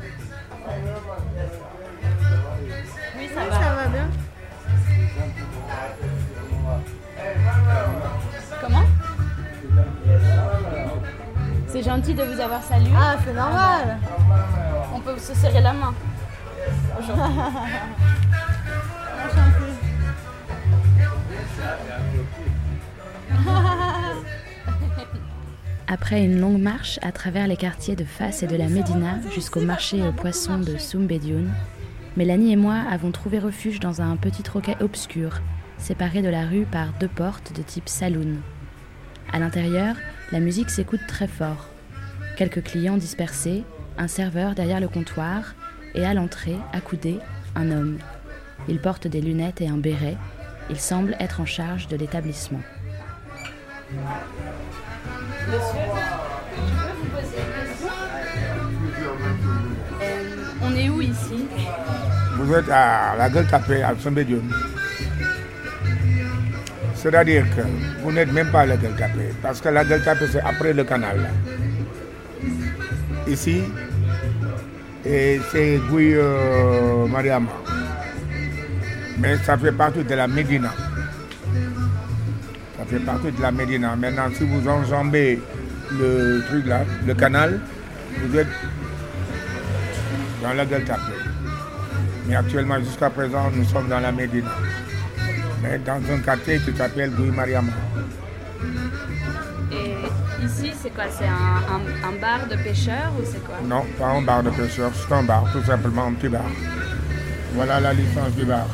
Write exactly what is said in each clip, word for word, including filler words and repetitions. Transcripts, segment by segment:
Oui, ça Oui, va. ça va bien. Comment? C'est gentil de vous avoir salué. Ah, c'est normal. On peut se serrer la main. Après une longue marche à travers les quartiers de Fas et de la Médina jusqu'au marché aux poissons de Soumbédioune, Mélanie et moi avons trouvé refuge dans un petit troquet obscur, séparé de la rue par deux portes de type saloon. À l'intérieur, la musique s'écoute très fort. Quelques clients dispersés, un serveur derrière le comptoir et à l'entrée, accoudé, un homme. Il porte des lunettes et un béret. Il semble être en charge de l'établissement. Monsieur, je peux vous poser une question? Euh, on est où ici? Vous êtes à la Gueule Tapée, à Soumbédioune. C'est-à-dire que vous n'êtes même pas à la Gueule Tapée, parce que la Gueule Tapée, c'est après le canal. Ici, et c'est Guy euh, Mariama. Mais ça fait partie de la Médina. Ça fait partie de la Médina. Maintenant, si vous enjambez le truc là, le canal, vous êtes dans la Gueule Tapée. Mais actuellement, jusqu'à présent, nous sommes dans la Médina. Mais dans un quartier qui s'appelle Guy Mariama. Et ici, c'est quoi? C'est un, un, un bar de pêcheurs ou c'est quoi? Non, pas un bar de pêcheurs, c'est un bar, tout simplement un petit bar. Voilà la licence du bar.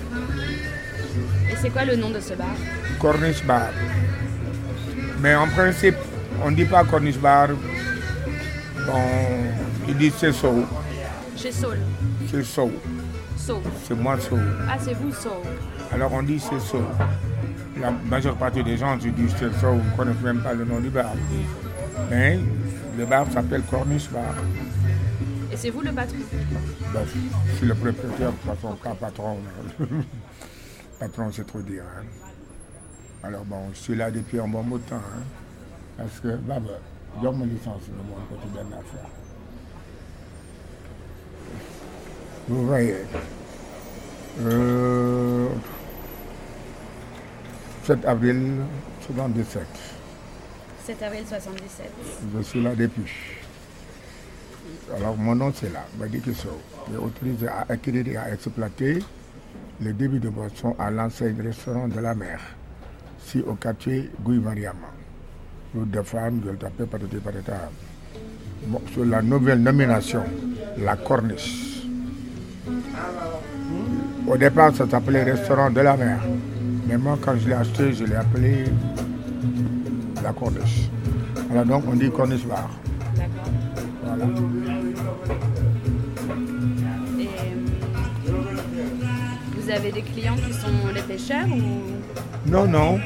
Et c'est quoi le nom de ce bar? Corniche Bar. Mais en principe, on ne dit pas Corniche Bar. Bon, ils disent c'est Sow. Chez Saul. C'est Sow. Soul. C'est moi Sow. Ah, c'est vous, Soul. Alors on dit c'est Sow. La majeure partie des gens qui disent c'est Sow ne connaissent même pas le nom du bar. Mais le bar s'appelle Corniche Bar. Et c'est vous le patron? Ben, je suis le propriétaire, de toute façon, pas patron. Patron, c'est trop dire. Hein. Alors bon, je suis là depuis un bon bout de temps. Hein, parce que, bah, bah, j'ai ma licence de mon quotidien d'affaires. Vous voyez, euh, sept avril soixante-dix-sept. sept avril soixante-dix-sept. Je suis là depuis. Alors mon nom c'est là, Badi Kisso. Il est autorisé à acquérir et à exploiter les débits de boissons à l'enseigne restaurant de la mer, si au quartier Guy Mariama. Route de femmes, Gueule Tapée, patati patata. Bon, sur la nouvelle nomination, la Corniche. Au départ, ça s'appelait restaurant de la mer. Mais moi, quand je l'ai acheté, je l'ai appelé la Corniche. Alors donc, on dit Corniche Bar. D'accord. Voilà. Et euh, vous avez des clients qui sont les pêcheurs ou... Non, non.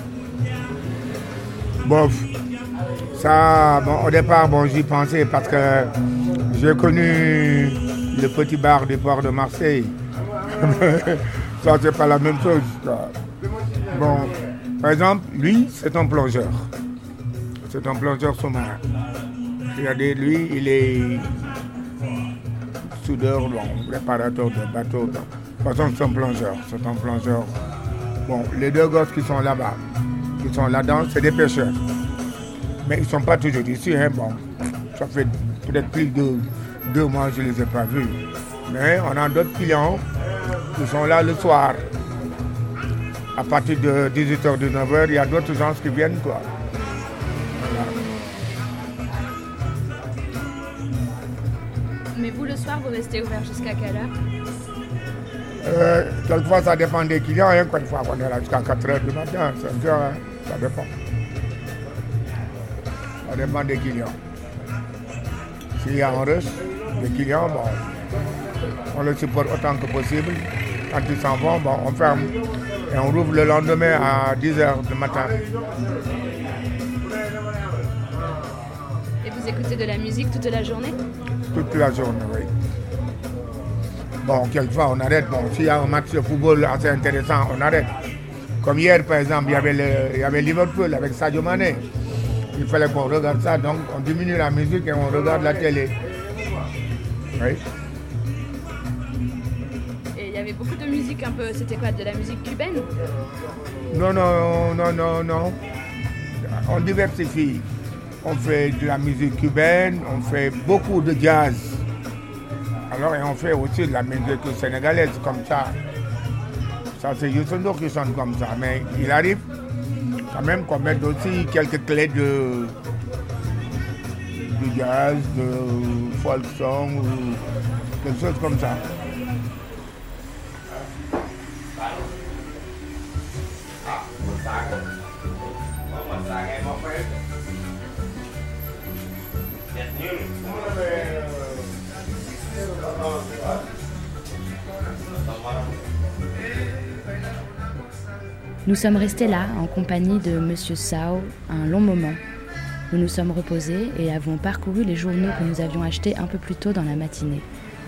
Bof. Ça, bon, au départ, bon, j'y pensais parce que j'ai connu le petit bar du port de Marseille. Ça, c'est pas la même chose. Ça. Bon, par exemple, lui, c'est un plongeur. C'est un plongeur sous-marin. Regardez, lui, il est soudeur, bon, réparateur de bateaux. De toute façon, c'est un plongeur. C'est un plongeur. Bon, les deux gosses qui sont là-bas, qui sont là-dedans, c'est des pêcheurs. Mais ils ne sont pas toujours ici. Hein, bon, ça fait peut-être plus de deux mois que je ne les ai pas vus. Mais on a d'autres clients qui sont là le soir. À partir de dix-huit heures, dix-neuf heures, il y a d'autres gens qui viennent, quoi. Voilà. Mais vous, le soir, vous restez ouvert jusqu'à quelle heure? Euh, quelquefois, ça dépend des clients. Hein. Quelquefois, on est là jusqu'à quatre heures du matin, cinq heures, hein. Ça dépend. Ça dépend des clients. S'il y a un rush, des clients, bon, on le supporte autant que possible. Quand ils s'en vont, bon, on ferme. Et on rouvre le lendemain à dix heures du matin. Et vous écoutez de la musique toute la journée? Toute la journée, oui. Bon, quelquefois, on arrête. Bon, s'il y a un match de football assez intéressant, on arrête. Comme hier, par exemple, il y avait, le, il y avait Liverpool avec Sadio Mané. Il fallait qu'on regarde ça, donc on diminue la musique et on regarde la télé. Oui. Et il y avait beaucoup de musique un peu, c'était quoi, de la musique cubaine? Non, non, non, non, non. On diversifie. On fait de la musique cubaine, on fait beaucoup de jazz. Alors, et on fait aussi de la musique sénégalaise comme ça. Ça, c'est Youssou N'Dour qui chante comme ça. Mais il arrive quand même qu'on mette aussi quelques clés de, de jazz, de folk song ou quelque chose comme ça. Nous sommes restés là, en compagnie de Monsieur Sao, un long moment. Nous nous sommes reposés et avons parcouru les journaux que nous avions achetés un peu plus tôt dans la matinée.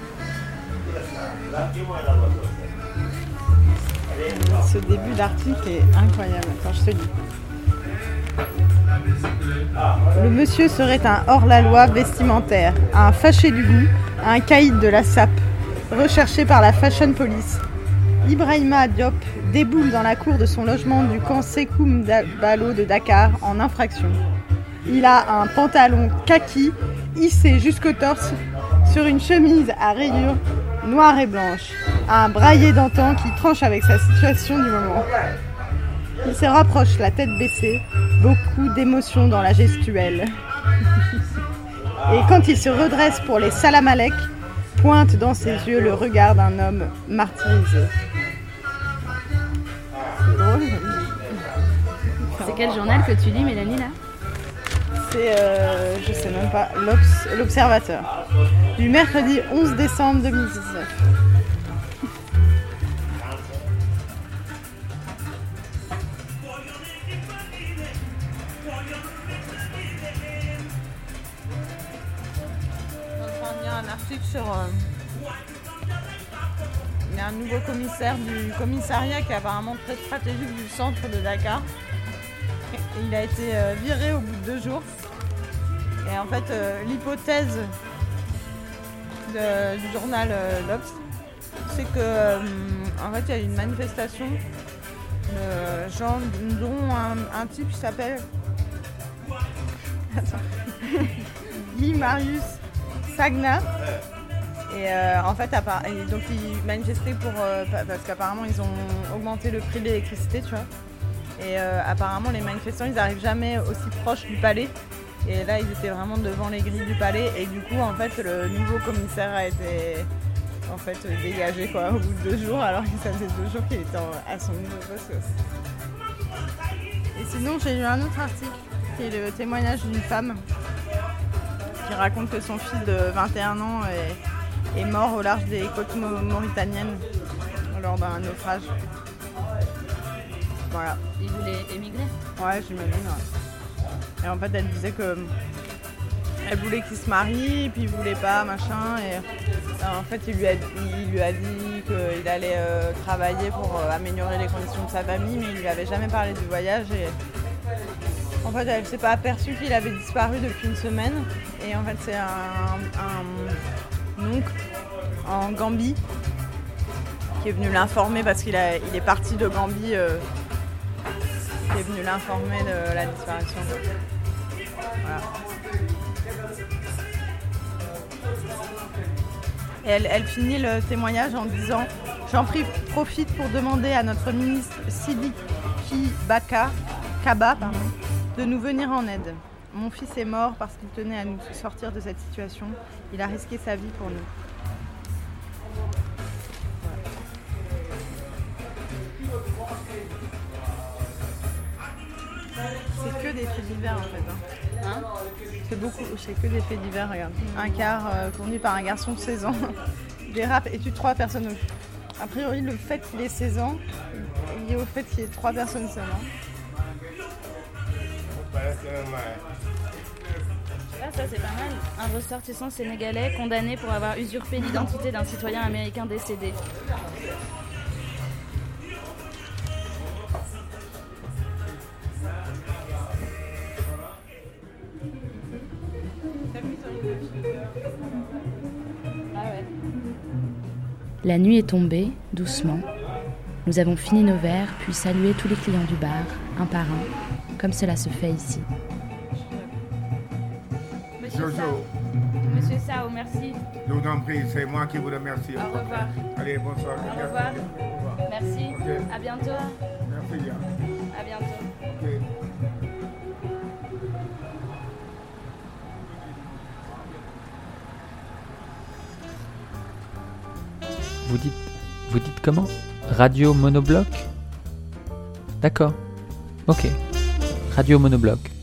Ce début d'article est incroyable, quand je te dis. Le monsieur serait un hors-la-loi vestimentaire, un fâché du goût, un caïd de la S A P, recherché par la Fashion Police. Ibrahima Diop déboule dans la cour de son logement du camp Sekoum Balo de Dakar en infraction. Il a un pantalon kaki hissé jusqu'au torse sur une chemise à rayures noire et blanche, un braillet d'antan qui tranche avec sa situation du moment. Il se rapproche, la tête baissée, beaucoup d'émotions dans la gestuelle. Et quand il se redresse pour les salam alek, pointe dans ses yeux le regard d'un homme martyrisé. C'est drôle. C'est quel journal que tu lis, Mélanie, là? C'est, euh, je sais même pas, l'Obs- l'Observateur, du mercredi onze décembre deux mille dix-neuf. Il y a un article sur... Euh, il y a un nouveau commissaire du commissariat qui est apparemment très stratégique du centre de Dakar. Et il a été euh, viré au bout de deux jours. Et en fait, euh, l'hypothèse de, du journal euh, l'Obs, c'est que euh, en fait, il y a eu une manifestation de gens, dont un, un type qui s'appelle Guy Marius Sagna. Et euh, en fait, part, et donc ils manifestaient pour euh, parce qu'apparemment ils ont augmenté le prix de l'électricité, tu vois. Et euh, apparemment, les manifestants, ils n'arrivent jamais aussi proches du palais. Et là, ils étaient vraiment devant les grilles du palais. Et du coup, en fait, le nouveau commissaire a été en fait dégagé quoi, au bout de deux jours, alors que ça faisait deux jours qu'il était en, à son nouveau poste. Et sinon, j'ai lu un autre article qui est le témoignage d'une femme qui raconte que son fils de vingt et un ans est, est mort au large des côtes mauritaniennes lors d'un naufrage. Voilà. Il voulait émigrer? Ouais, j'imagine, ouais. Et en fait, elle disait que elle voulait qu'il se marie, et puis il voulait pas, machin. Et en fait, il lui a, il lui a dit qu'il allait euh, travailler pour euh, améliorer les conditions de sa famille, mais il lui avait jamais parlé du voyage. Et en fait, elle s'est pas aperçue qu'il avait disparu depuis une semaine. Et en fait, c'est un, un oncle en Gambie qui est venu l'informer parce qu'il a, il est parti de Gambie. Euh, qui est venu l'informer de la disparition. Voilà. Et elle, elle finit le témoignage en disant « J'en prie, profite pour demander à notre ministre Sidiki Baka, Kaba pardon, de nous venir en aide. Mon fils est mort parce qu'il tenait à nous sortir de cette situation. Il a risqué sa vie pour nous. » C'est que des faits divers en fait. Hein. Hein c'est beaucoup, c'est que des faits divers, regarde. Un car euh, conduit par un garçon de seize ans, dérape et tue trois personnes. A priori, le fait qu'il ait seize ans est lié au fait qu'il y ait trois personnes seulement. Ah, ça c'est pas mal. Un ressortissant sénégalais condamné pour avoir usurpé l'identité d'un citoyen américain décédé. Ah La nuit est tombée, doucement. Nous avons fini nos verres, puis salué tous les clients du bar, un par un, comme cela se fait ici. Monsieur Jojo, Sao. Monsieur Sao, merci. je vous en prie, c'est moi qui vous remercie. Au revoir. Allez, bonsoir. Au revoir. Merci. Ok. À bientôt. Merci bien. À bientôt. Ok. Vous dites, vous dites comment ? Radio Monobloc ? D'accord. Ok. Radio Monobloc.